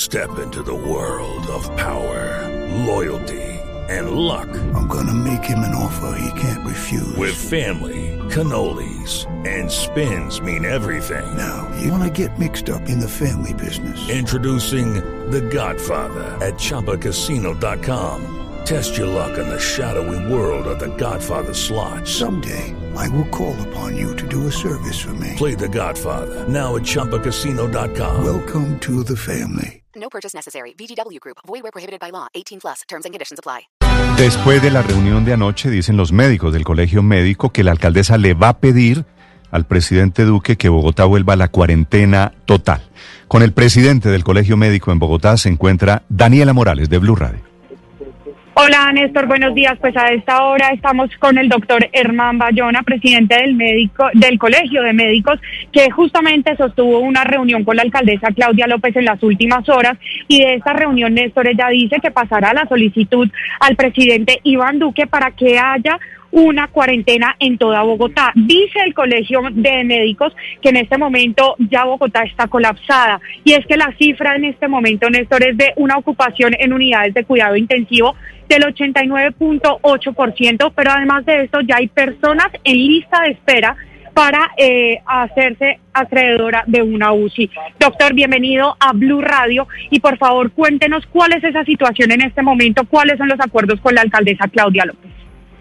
Step into the world of power, loyalty, and luck. I'm gonna make him an offer he can't refuse. With family, cannolis, and spins mean everything. Now, you wanna get mixed up in the family business. Introducing The Godfather at ChumbaCasino.com. Test your luck in the shadowy world of The Godfather slot. Someday, I will call upon you to do a service for me. Play The Godfather now at ChumbaCasino.com. Welcome to the family. No purchase necessary. VGW Group. Void where prohibited by law. 18+. Terms and conditions apply. Después de la reunión de anoche, dicen los médicos del Colegio Médico que la alcaldesa le va a pedir al presidente Duque que Bogotá vuelva a la cuarentena total. Con el presidente del Colegio Médico en Bogotá se encuentra Daniela Morales de Blue Radio. Hola Néstor, buenos días. Pues a esta hora estamos con el doctor Herman Bayona, presidente del Colegio de Médicos, que justamente sostuvo una reunión con la alcaldesa Claudia López en las últimas horas, y de esta reunión Néstor, ella dice que pasará la solicitud al presidente Iván Duque para que haya una cuarentena en toda Bogotá. Dice el Colegio de Médicos que en este momento ya Bogotá está colapsada, y es que la cifra en este momento, Néstor, es de una ocupación en unidades de cuidado intensivo del 89.8%, pero además de esto ya hay personas en lista de espera para hacerse acreedora de una UCI. Doctor, bienvenido a Blue Radio, y por favor cuéntenos cuál es esa situación en este momento, cuáles son los acuerdos con la alcaldesa Claudia López.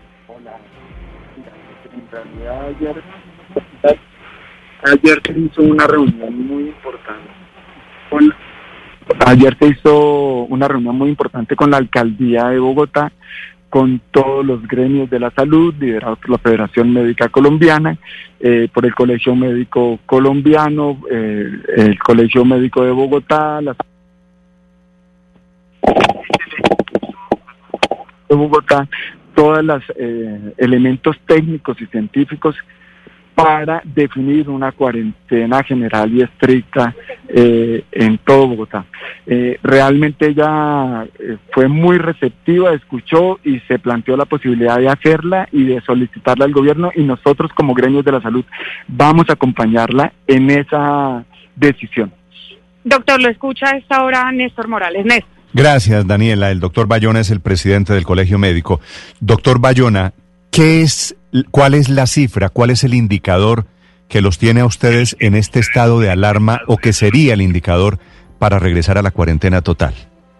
En realidad ayer se hizo una reunión muy importante con la alcaldía de Bogotá, con todos los gremios de la salud, liderados por la Federación Médica Colombiana, por el Colegio Médico Colombiano, el Colegio Médico de Bogotá, todos los elementos técnicos y científicos para definir una cuarentena general y estricta en todo Bogotá. Realmente ella fue muy receptiva, escuchó y se planteó la posibilidad de hacerla y de solicitarla al gobierno, y nosotros como gremios de la salud vamos a acompañarla en esa decisión. Doctor, lo escucha a esta hora Néstor Morales. Néstor. Gracias, Daniela. El doctor Bayona es el presidente del Colegio Médico. Doctor Bayona, ¿cuál es la cifra, cuál es el indicador que los tiene a ustedes en este estado de alarma, o que sería el indicador para regresar a la cuarentena total?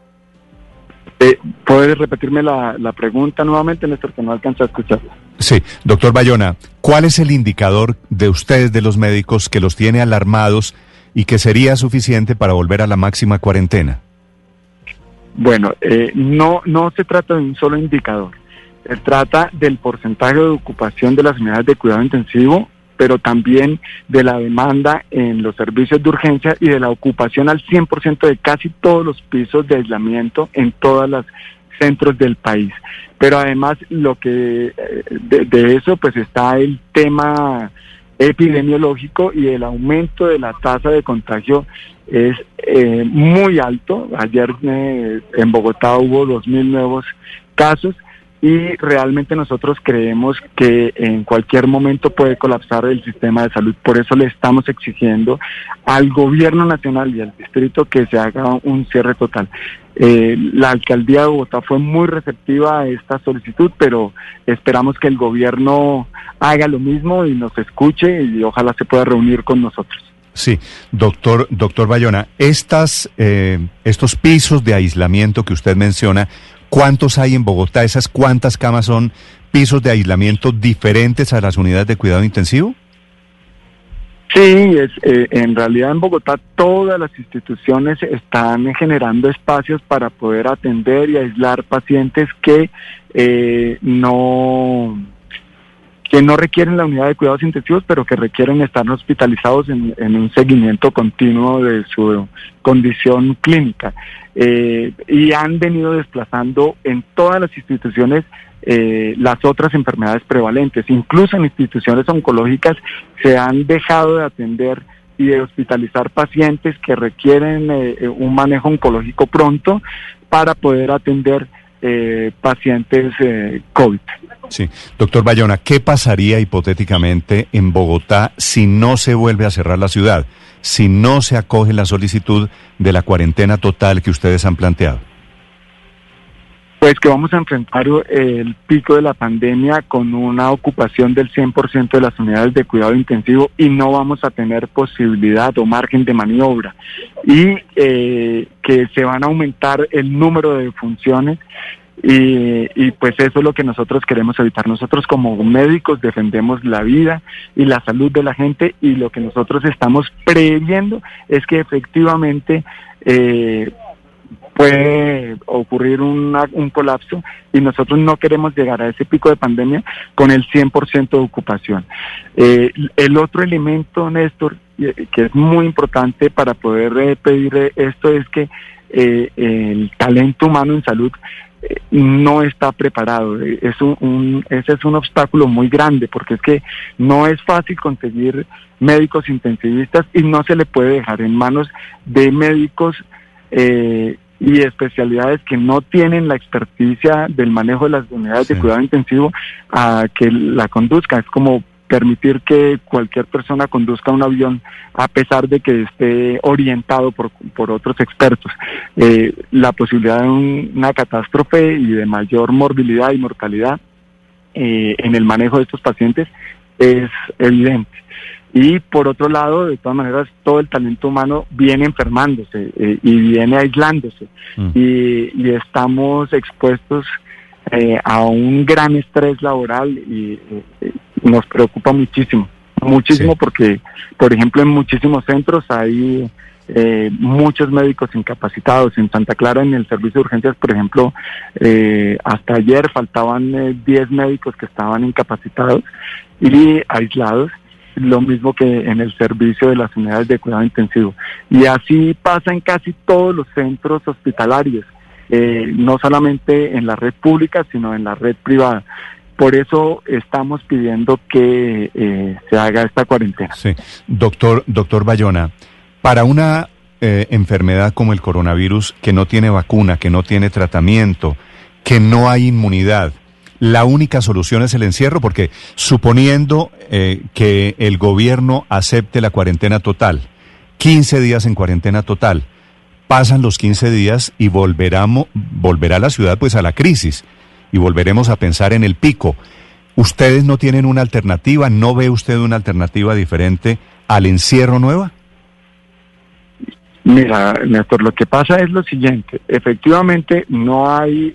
¿Puedes repetirme la pregunta nuevamente, Néstor, que no alcanzo a escucharla? Sí, doctor Bayona, ¿cuál es el indicador de ustedes, de los médicos, que los tiene alarmados y que sería suficiente para volver a la máxima cuarentena? Bueno, no se trata de un solo indicador. Se trata del porcentaje de ocupación de las unidades de cuidado intensivo, pero también de la demanda en los servicios de urgencia y de la ocupación al 100% de casi todos los pisos de aislamiento en todos los centros del país. Pero además de eso pues está el tema epidemiológico, y el aumento de la tasa de contagio es muy alto. Ayer en Bogotá hubo 2.000 nuevos casos, y realmente nosotros creemos que en cualquier momento puede colapsar el sistema de salud. Por eso le estamos exigiendo al gobierno nacional y al distrito que se haga un cierre total. La alcaldía de Bogotá fue muy receptiva a esta solicitud, pero esperamos que el gobierno haga lo mismo y nos escuche, y ojalá se pueda reunir con nosotros. Sí, doctor Bayona, estos pisos de aislamiento que usted menciona, ¿cuántos hay en Bogotá? ¿Esas cuántas camas son pisos de aislamiento diferentes a las unidades de cuidado intensivo? Sí, en realidad en Bogotá todas las instituciones están generando espacios para poder atender y aislar pacientes que no requieren la unidad de cuidados intensivos, pero que requieren estar hospitalizados en un seguimiento continuo de su condición clínica. Y han venido desplazando en todas las instituciones las otras enfermedades prevalentes. Incluso en instituciones oncológicas se han dejado de atender y de hospitalizar pacientes que requieren un manejo oncológico pronto, para poder atender pacientes COVID. Sí. Doctor Bayona, ¿qué pasaría hipotéticamente en Bogotá si no se vuelve a cerrar la ciudad, si no se acoge la solicitud de la cuarentena total que ustedes han planteado? Pues que vamos a enfrentar el pico de la pandemia con una ocupación del 100% de las unidades de cuidado intensivo y no vamos a tener posibilidad o margen de maniobra. Y que se van a aumentar el número de funciones y pues eso es lo que nosotros queremos evitar. Nosotros como médicos defendemos la vida y la salud de la gente y lo que nosotros estamos previendo es que efectivamente puede ocurrir un colapso y nosotros no queremos llegar a ese pico de pandemia con el 100% de ocupación. El otro elemento, Néstor, que es muy importante para poder pedir esto es que el talento humano en salud no está preparado. Ese es un obstáculo muy grande porque es que no es fácil conseguir médicos intensivistas y no se le puede dejar en manos de médicos y especialidades que no tienen la experticia del manejo de las unidades de cuidado intensivo a que la conduzca. Es como permitir que cualquier persona conduzca un avión a pesar de que esté orientado por otros expertos. La posibilidad de una catástrofe y de mayor morbilidad y mortalidad en el manejo de estos pacientes es evidente. Y por otro lado, de todas maneras, todo el talento humano viene enfermándose y viene aislándose y estamos expuestos a un gran estrés laboral y nos preocupa muchísimo sí. Porque, por ejemplo, en muchísimos centros hay muchos médicos incapacitados. En Santa Clara, en el servicio de urgencias, por ejemplo, hasta ayer faltaban 10 médicos que estaban incapacitados y aislados. Lo mismo que en el servicio de las unidades de cuidado intensivo. Y así pasa en casi todos los centros hospitalarios, no solamente en la red pública, sino en la red privada. Por eso estamos pidiendo que se haga esta cuarentena. Sí. Doctor Bayona, para una enfermedad como el coronavirus, que no tiene vacuna, que no tiene tratamiento, que no hay inmunidad, ¿la única solución es el encierro? Porque suponiendo que el gobierno acepte la cuarentena total, 15 días en cuarentena total, pasan los 15 días y volverá la ciudad pues a la crisis y volveremos a pensar en el pico. ¿Ustedes no tienen una alternativa? ¿No ve usted una alternativa diferente al encierro nueva? Mira, Néstor, lo que pasa es lo siguiente. Efectivamente, no hay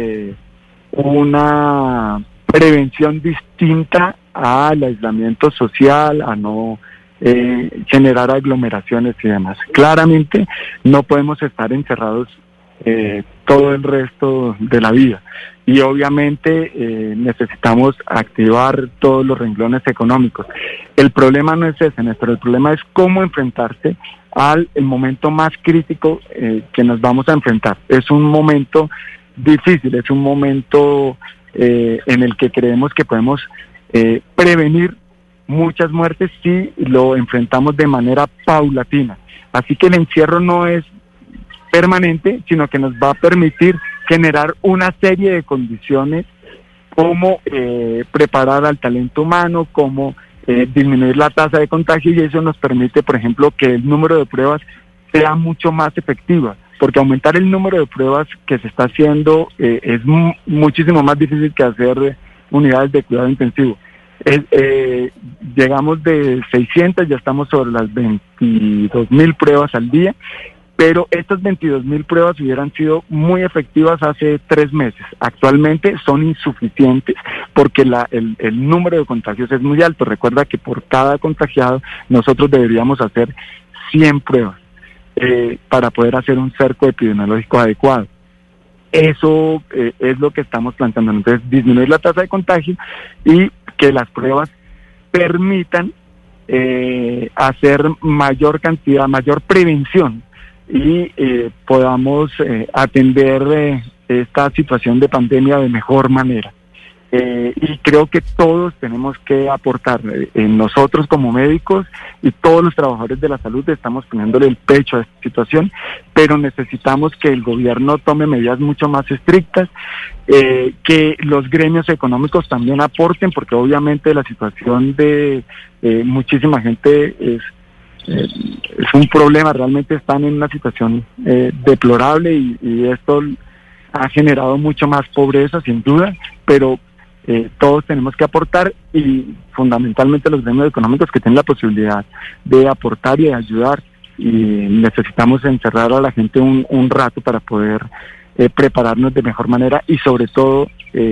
una prevención distinta al aislamiento social, a no generar aglomeraciones y demás. Claramente no podemos estar encerrados todo el resto de la vida y obviamente necesitamos activar todos los renglones económicos. El problema no es ese, Néstor, el problema es cómo enfrentarse al momento más crítico que nos vamos a enfrentar. Es un momento difícil, es un momento en el que creemos que podemos prevenir muchas muertes si lo enfrentamos de manera paulatina. Así que el encierro no es permanente, sino que nos va a permitir generar una serie de condiciones como preparar al talento humano, como disminuir la tasa de contagio y eso nos permite, por ejemplo, que el número de pruebas sea mucho más efectiva. Porque aumentar el número de pruebas que se está haciendo es muchísimo más difícil que hacer unidades de cuidado intensivo. Llegamos de 600, ya estamos sobre las 22,000 pruebas al día, pero estas 22,000 pruebas hubieran sido muy efectivas hace 3 meses. Actualmente son insuficientes porque el número de contagios es muy alto. Recuerda que por cada contagiado nosotros deberíamos hacer 100 pruebas. Para poder hacer un cerco epidemiológico adecuado. Eso es lo que estamos planteando. Entonces, disminuir la tasa de contagio y que las pruebas permitan hacer mayor cantidad, mayor prevención y podamos atender esta situación de pandemia de mejor manera. Y creo que todos tenemos que aportar, nosotros como médicos y todos los trabajadores de la salud estamos poniéndole el pecho a esta situación, pero necesitamos que el gobierno tome medidas mucho más estrictas, que los gremios económicos también aporten, porque obviamente la situación de muchísima gente es un problema, realmente están en una situación deplorable y esto ha generado mucho más pobreza sin duda, pero todos tenemos que aportar y fundamentalmente los gremios económicos que tienen la posibilidad de aportar y de ayudar, y necesitamos encerrar a la gente un rato para poder prepararnos de mejor manera y sobre todo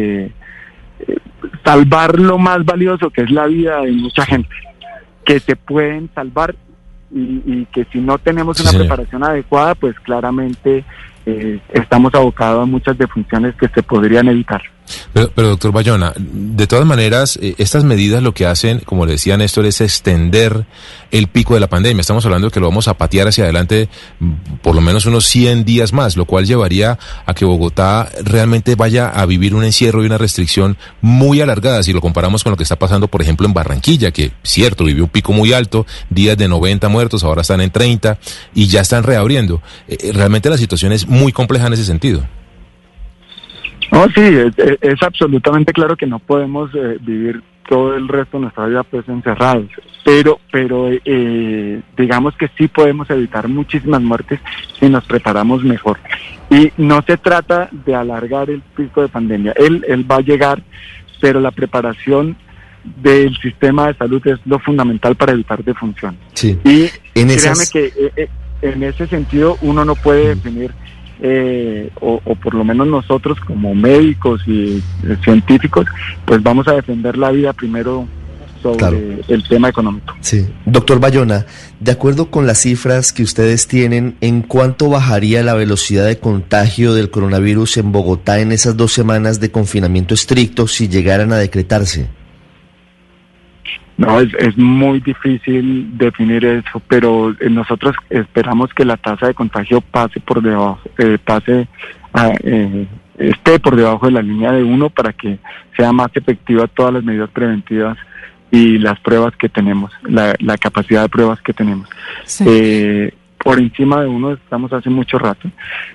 salvar lo más valioso que es la vida de mucha gente, que se pueden salvar y que si no tenemos una preparación adecuada, pues claramente estamos abocados a muchas defunciones que se podrían evitar. Pero doctor Bayona, de todas maneras, estas medidas lo que hacen, como le decía Néstor, es extender el pico de la pandemia. Estamos hablando de que lo vamos a patear hacia adelante por lo menos unos 100 días más, lo cual llevaría a que Bogotá realmente vaya a vivir un encierro y una restricción muy alargada, si lo comparamos con lo que está pasando, por ejemplo, en Barranquilla, que, cierto, vivió un pico muy alto, días de 90 muertos, ahora están en 30 y ya están reabriendo. Realmente la situación es muy compleja en ese sentido. No, sí, es absolutamente claro que no podemos vivir todo el resto de nuestra vida pues encerrados, pero digamos que sí podemos evitar muchísimas muertes si nos preparamos mejor. Y no se trata de alargar el pico de pandemia, él va a llegar, pero la preparación del sistema de salud es lo fundamental para evitar defunciones. Sí. Y créame que en ese sentido uno no puede definir o por lo menos nosotros como médicos y científicos, pues vamos a defender la vida primero sobre el tema económico. Sí. Doctor Bayona, de acuerdo con las cifras que ustedes tienen, ¿en cuánto bajaría la velocidad de contagio del coronavirus en Bogotá en esas 2 semanas de confinamiento estricto si llegaran a decretarse? No, es muy difícil definir eso, pero nosotros esperamos que la tasa de contagio pase por debajo, esté por debajo de la línea de 1 para que sea más efectiva todas las medidas preventivas y las pruebas que tenemos, la capacidad de pruebas que tenemos. Sí. Por encima de 1 estamos hace mucho rato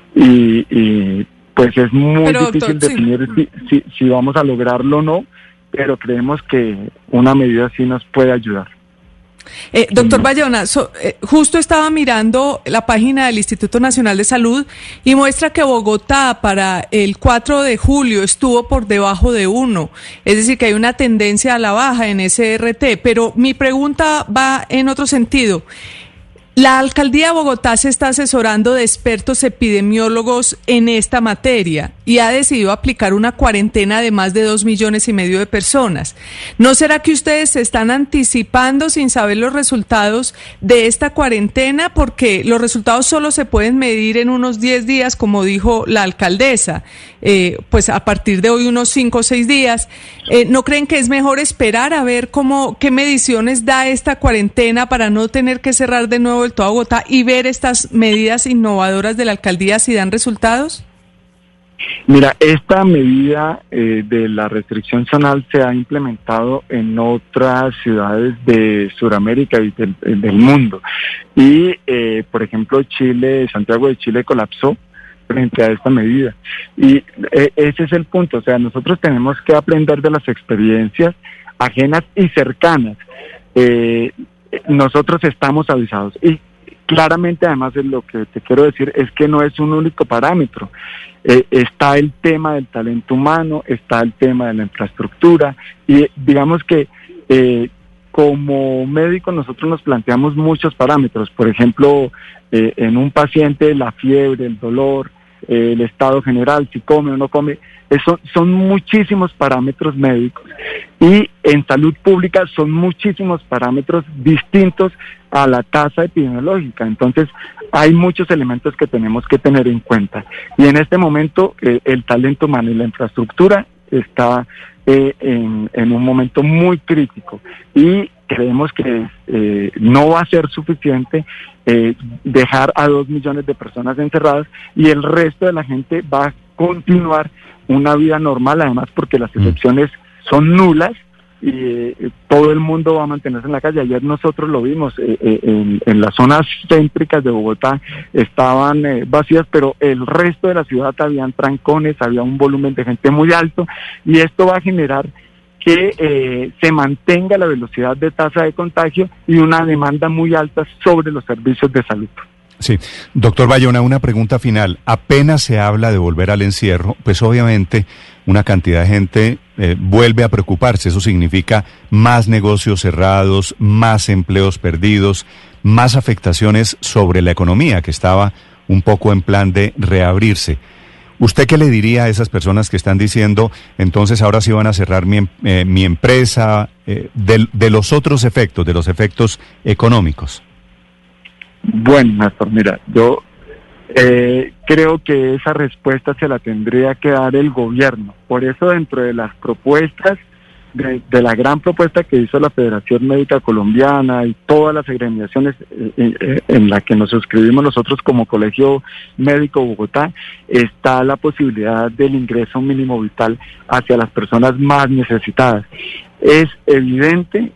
y pues es muy difícil definir si vamos a lograrlo o no, pero creemos que una medida así nos puede ayudar. Doctor Bayona, justo estaba mirando la página del Instituto Nacional de Salud y muestra que Bogotá para el 4 de julio estuvo por debajo de 1, es decir que hay una tendencia a la baja en ese RT, pero mi pregunta va en otro sentido. La Alcaldía de Bogotá se está asesorando de expertos epidemiólogos en esta materia y ha decidido aplicar una cuarentena de más de 2,5 millones de personas. ¿No será que ustedes se están anticipando sin saber los resultados de esta cuarentena? Porque los resultados solo se pueden medir en unos 10 días, como dijo la alcaldesa, pues a partir de hoy unos 5 o 6 días. ¿No creen que es mejor esperar a ver qué mediciones da esta cuarentena para no tener que cerrar de nuevo toda Bogotá y ver estas medidas innovadoras de la alcaldía si dan resultados? Mira, esta medida de la restricción zonal se ha implementado en otras ciudades de Sudamérica y del mundo. Y, por ejemplo, Santiago de Chile colapsó frente a esta medida. Y ese es el punto. O sea, nosotros tenemos que aprender de las experiencias ajenas y cercanas. Nosotros estamos avisados y claramente además lo que te quiero decir es que no es un único parámetro, está el tema del talento humano, está el tema de la infraestructura y digamos que como médicos nosotros nos planteamos muchos parámetros, por ejemplo en un paciente la fiebre, el dolor, el estado general, si come o no come, son muchísimos parámetros médicos y en salud pública son muchísimos parámetros distintos a la tasa epidemiológica, entonces hay muchos elementos que tenemos que tener en cuenta y en este momento el talento humano y la infraestructura está en un momento muy crítico y creemos que no va a ser suficiente dejar a 2 millones de personas encerradas y el resto de la gente va continuar una vida normal, además porque las excepciones son nulas y todo el mundo va a mantenerse en la calle. Ayer nosotros lo vimos, en las zonas céntricas de Bogotá estaban vacías, pero el resto de la ciudad habían trancones, había un volumen de gente muy alto, y esto va a generar que se mantenga la velocidad de tasa de contagio y una demanda muy alta sobre los servicios de salud. Sí, doctor Bayona, una pregunta final. Apenas se habla de volver al encierro, pues obviamente una cantidad de gente vuelve a preocuparse. Eso significa más negocios cerrados, más empleos perdidos, más afectaciones sobre la economía, que estaba un poco en plan de reabrirse. ¿Usted qué le diría a esas personas que están diciendo, entonces ahora sí van a cerrar mi empresa, de los otros efectos, de los efectos económicos? Bueno, Néstor, mira, yo creo que esa respuesta se la tendría que dar el gobierno. Por eso, dentro de las propuestas, de la gran propuesta que hizo la Federación Médica Colombiana y todas las agremiaciones en la que nos suscribimos nosotros como Colegio Médico Bogotá, está la posibilidad del ingreso mínimo vital hacia las personas más necesitadas. Es evidente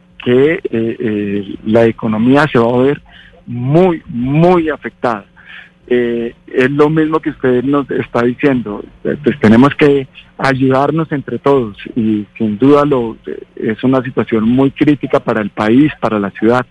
que la economía se va a ver muy, muy afectada. Es lo mismo que usted nos está diciendo, pues tenemos que ayudarnos entre todos, y sin duda es una situación muy crítica para el país, para la ciudad,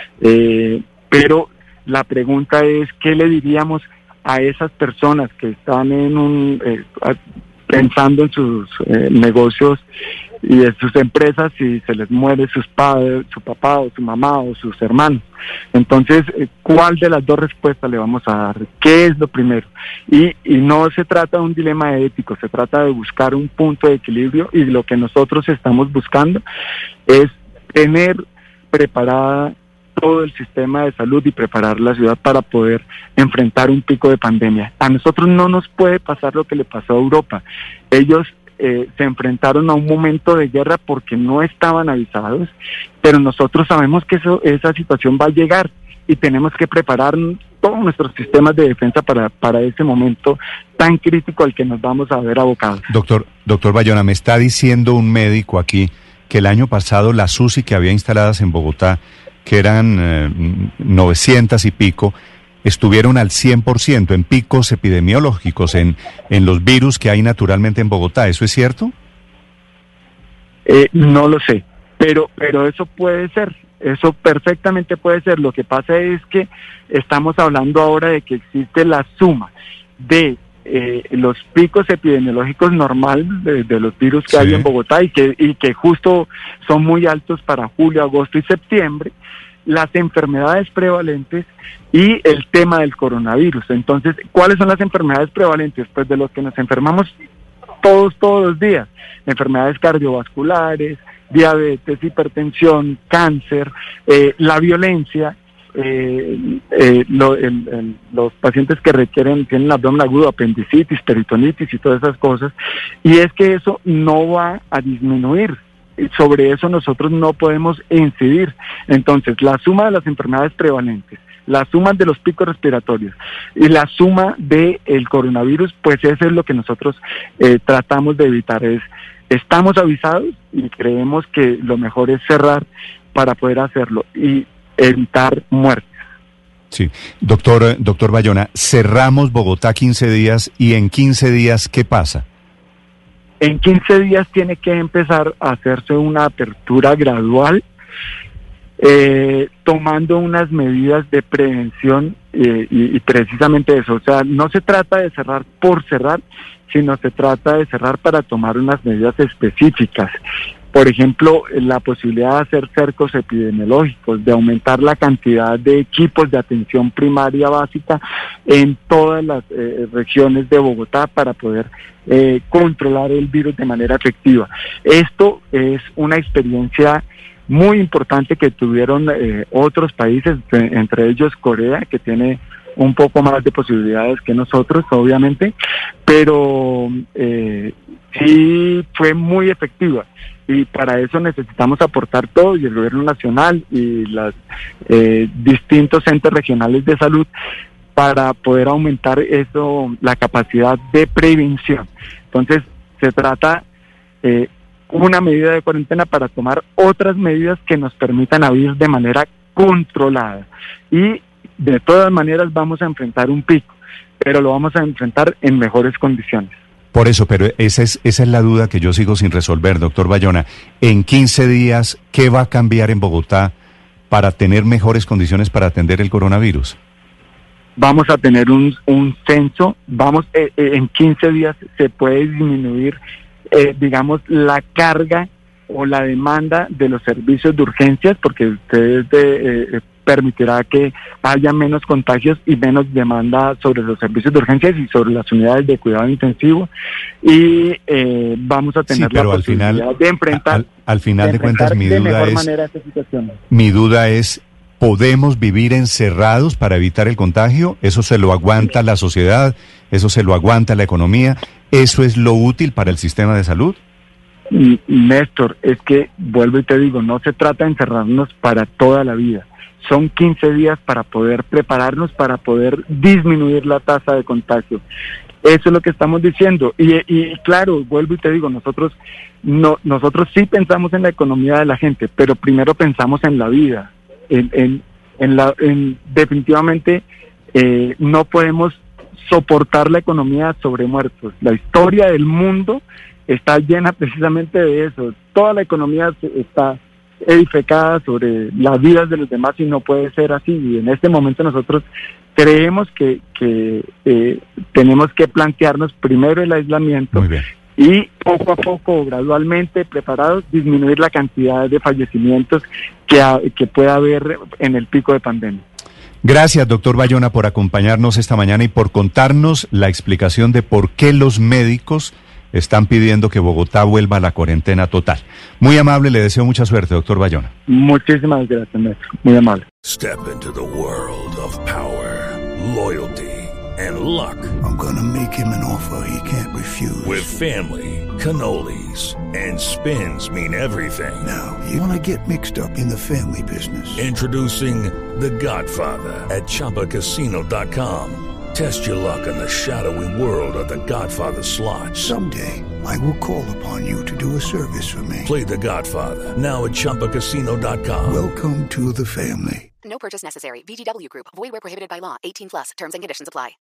pero la pregunta es, ¿qué le diríamos a esas personas que están pensando en sus negocios y en sus empresas si se les muere sus padres, su papá o su mamá o sus hermanos? Entonces, ¿cuál de las dos respuestas le vamos a dar? ¿Qué es lo primero? Y no se trata de un dilema ético, se trata de buscar un punto de equilibrio, y lo que nosotros estamos buscando es tener preparada todo el sistema de salud y preparar la ciudad para poder enfrentar un pico de pandemia. A nosotros no nos puede pasar lo que le pasó a Europa. Ellos se enfrentaron a un momento de guerra porque no estaban avisados, pero nosotros sabemos que esa situación va a llegar y tenemos que preparar todos nuestros sistemas de defensa para ese momento tan crítico al que nos vamos a ver abocados. Doctor Bayona, me está diciendo un médico aquí que el año pasado las UCI que había instaladas en Bogotá, que eran 900 y pico, estuvieron al 100% en picos epidemiológicos, en los virus que hay naturalmente en Bogotá. ¿Eso es cierto? No lo sé, pero eso puede ser, eso perfectamente puede ser. Lo que pasa es que estamos hablando ahora de que existe la suma de los picos epidemiológicos normales de los virus que hay en Bogotá y que justo son muy altos para julio, agosto y septiembre, las enfermedades prevalentes y el tema del coronavirus. Entonces, ¿cuáles son las enfermedades prevalentes? Pues de los que nos enfermamos todos los días: enfermedades cardiovasculares, diabetes, hipertensión, cáncer, la violencia, los pacientes que tienen abdomen agudo, apendicitis, peritonitis y todas esas cosas, y es que eso no va a disminuir. Sobre eso nosotros no podemos incidir. Entonces, la suma de las enfermedades prevalentes, la suma de los picos respiratorios y la suma del coronavirus, pues eso es lo que nosotros tratamos de evitar. Estamos avisados y creemos que lo mejor es cerrar para poder hacerlo y evitar muertes. Sí, doctor Bayona, cerramos Bogotá 15 días y en 15 días, ¿qué pasa? En 15 días tiene que empezar a hacerse una apertura gradual, tomando unas medidas de prevención y precisamente eso. O sea, no se trata de cerrar por cerrar, sino se trata de cerrar para tomar unas medidas específicas. Por ejemplo, la posibilidad de hacer cercos epidemiológicos, de aumentar la cantidad de equipos de atención primaria básica en todas las regiones de Bogotá para poder controlar el virus de manera efectiva. Esto es una experiencia muy importante que tuvieron otros países, entre ellos Corea, que tiene un poco más de posibilidades que nosotros, obviamente, pero sí fue muy efectiva. Y para eso necesitamos aportar todo, y el gobierno nacional y los distintos entes regionales de salud, para poder aumentar la capacidad de prevención. Entonces, se trata una medida de cuarentena para tomar otras medidas que nos permitan abrir de manera controlada. Y de todas maneras vamos a enfrentar un pico, pero lo vamos a enfrentar en mejores condiciones. Por eso, pero esa es la duda que yo sigo sin resolver, doctor Bayona. En 15 días, ¿qué va a cambiar en Bogotá para tener mejores condiciones para atender el coronavirus? Vamos a tener un censo, en 15 días se puede disminuir, digamos, la carga o la demanda de los servicios de urgencias, porque ustedes permitirá que haya menos contagios y menos demanda sobre los servicios de urgencias y sobre las unidades de cuidado intensivo, y vamos a tener la posibilidad de enfrentar al final de cuentas mi duda es ¿podemos vivir encerrados para evitar el contagio? ¿Eso se lo aguanta la sociedad? ¿Eso se lo aguanta la economía? ¿Eso es lo útil para el sistema de salud? Néstor, es que vuelvo y te digo, no se trata de encerrarnos para toda la vida. Son 15 días para poder prepararnos, para poder disminuir la tasa de contagio. Eso es lo que estamos diciendo. Y claro, vuelvo y te digo, nosotros sí pensamos en la economía de la gente, pero primero pensamos en la vida. Definitivamente no podemos soportar la economía sobre muertos. La historia del mundo está llena precisamente de eso. Toda la economía está edificada sobre las vidas de los demás y no puede ser así. Y en este momento nosotros creemos que tenemos que plantearnos primero el aislamiento y poco a poco, gradualmente, preparados, disminuir la cantidad de fallecimientos que pueda haber en el pico de pandemia. Gracias, doctor Bayona, por acompañarnos esta mañana y por contarnos la explicación de por qué los médicos están pidiendo que Bogotá vuelva a la cuarentena total. Muy amable, le deseo mucha suerte, doctor Bayona. Muchísimas gracias, maestro. Muy amable. Step into the world of power, loyalty, and luck. I'm gonna make him an offer he can't refuse. With family, cannolis, and spins mean everything. Now, you wanna get mixed up in the family business. Introducing The Godfather at ChumbaCasino.com. Test your luck in the shadowy world of The Godfather slot. Someday, I will call upon you to do a service for me. Play The Godfather, now at ChumbaCasino.com. Welcome to the family. No purchase necessary. VGW Group. Void where prohibited by law. 18+. Terms and conditions apply.